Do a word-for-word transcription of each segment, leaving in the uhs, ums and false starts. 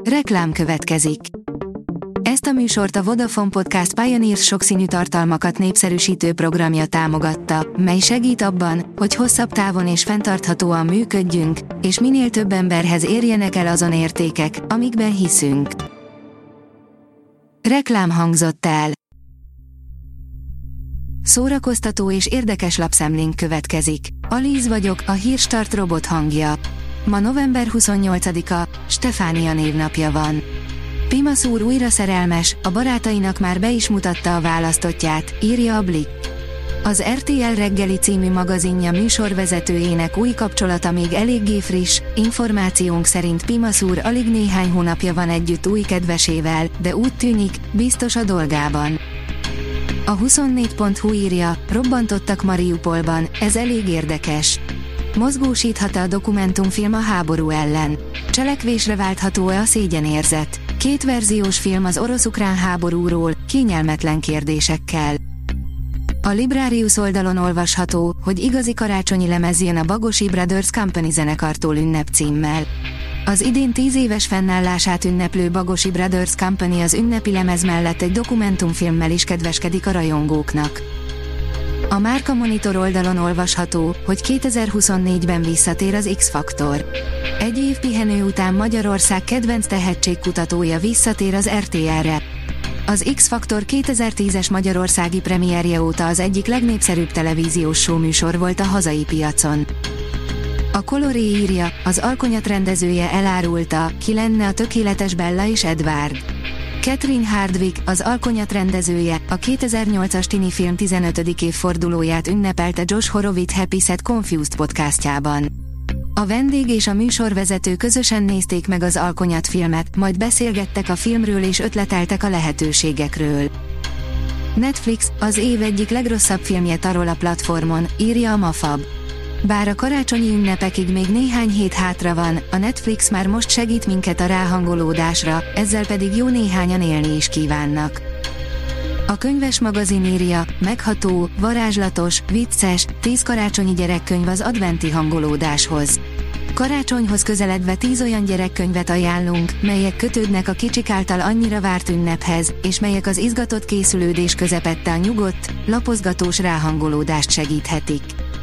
Reklám következik. Ezt a műsort a Vodafone Podcast Pioneers sokszínű tartalmakat népszerűsítő programja támogatta, mely segít abban, hogy hosszabb távon és fenntarthatóan működjünk, és minél több emberhez érjenek el azon értékek, amikben hiszünk. Reklám hangzott el. Szórakoztató és érdekes lapszemlénk következik. Alíz vagyok, a Hírstart robot hangja. Ma november huszonnyolcadika, Stefánia névnapja van. Pimasz úr újra szerelmes, a barátainak már be is mutatta a választottját, írja a Blick. Az er té el reggeli című magazinja műsorvezetőjének új kapcsolata még eléggé friss, információnk szerint Pimasz úr alig néhány hónapja van együtt új kedvesével, de úgy tűnik, biztos a dolgában. A huszonnégy pont hu írja, robbantottak Mariupolban, ez elég érdekes. Mozgósíthat-e a dokumentumfilm a háború ellen? Cselekvésre váltható-e a szégyenérzet? Két verziós film az orosz-ukrán háborúról, kényelmetlen kérdésekkel. A Librarius oldalon olvasható, hogy igazi karácsonyi lemez jön a Bagosi Brothers Company zenekartól ünnepcímmel. Az idén tíz éves fennállását ünneplő Bagosi Brothers Company az ünnepi lemez mellett egy dokumentumfilmmel is kedveskedik a rajongóknak. A Márka Monitor oldalon olvasható, hogy kétezer-huszonnégyben visszatér az X-faktor. Egy év pihenő után Magyarország kedvenc tehetségkutatója visszatér az er té el-re. Az X-faktor kétezer-tízes magyarországi premierje óta az egyik legnépszerűbb televíziós showműsor volt a hazai piacon. A Coloré írja, az Alkonyat rendezője elárulta, ki lenne a tökéletes Bella és Edward. Catherine Hardwicke, az Alkonyat rendezője, a kétezer-nyolcas tini film tizenötödik évfordulóját ünnepelte Josh Horowitz Happy Sad Confused podcastjában. A vendég és a műsorvezető közösen nézték meg az Alkonyat filmet, majd beszélgettek a filmről és ötleteltek a lehetőségekről. Netflix, az év egyik legrosszabb filmje tarol a platformon, írja a Mafab. Bár a karácsonyi ünnepekig még néhány hét hátra van, a Netflix már most segít minket a ráhangolódásra, ezzel pedig jó néhányan élni is kívánnak. A Könyves magazin írja, megható, varázslatos, vicces, tíz karácsonyi gyerekkönyv az adventi hangolódáshoz. Karácsonyhoz közeledve tíz olyan gyerekkönyvet ajánlunk, melyek kötődnek a kicsik által annyira várt ünnephez, és melyek az izgatott készülődés közepette a nyugodt, lapozgatós ráhangolódást segíthetik.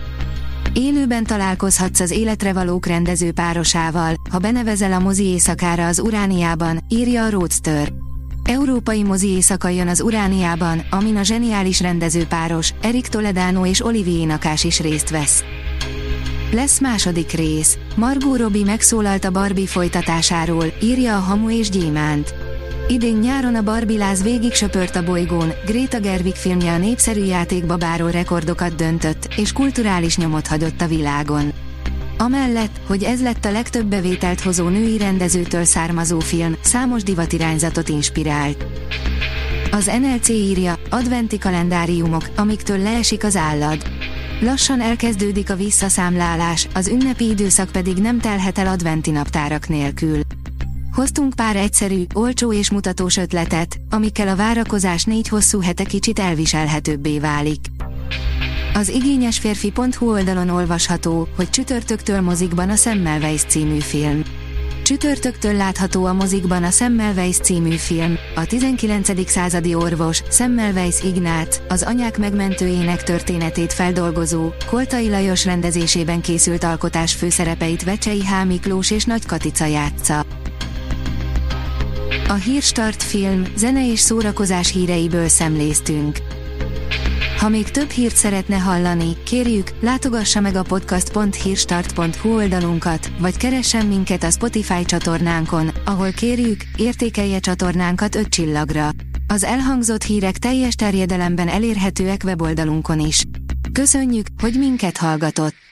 Élőben találkozhatsz az Életre valók rendező párosával, ha benevezel a mozi éjszakára az Urániában, írja a Roadster. Európai mozi éjszaka jön az Urániában, amin a zseniális rendezőpáros, Eric Toledano és Olivier Nakache is részt vesz. Lesz második rész. Margot Robbie megszólalt a Barbie folytatásáról, írja a Hamu és Gyémánt. Idén nyáron a Barbie-láz végig söpört a bolygón, Greta Gerwig filmje a népszerű játékbabáról rekordokat döntött, és kulturális nyomot hagyott a világon. Amellett, hogy ez lett a legtöbb bevételt hozó női rendezőtől származó film, számos divatirányzatot inspirált. Az en el cé írja, adventi kalendáriumok, amiktől leesik az állad. Lassan elkezdődik a visszaszámlálás, az ünnepi időszak pedig nem telhet el adventi naptárak nélkül. Hoztunk pár egyszerű, olcsó és mutatós ötletet, amikkel a várakozás négy hosszú hete kicsit elviselhetőbbé válik. Az igényesférfi pont hu oldalon olvasható, hogy csütörtöktől mozikban a Semmelweis című film. Csütörtöktől látható a mozikban a Semmelweis című film, a tizenkilencedik századi orvos, Semmelweis Ignác, az anyák megmentőjének történetét feldolgozó, Koltai Lajos rendezésében készült alkotás főszerepeit Vecsei H. Miklós és Nagy Katica játsza. A Hírstart film, zene és szórakozás híreiből szemléztünk. Ha még több hírt szeretne hallani, kérjük, látogassa meg a podcast pont hírstart pont hu oldalunkat, vagy keressen minket a Spotify csatornánkon, ahol kérjük, értékelje csatornánkat öt csillagra. Az elhangzott hírek teljes terjedelemben elérhetőek weboldalunkon is. Köszönjük, hogy minket hallgatott!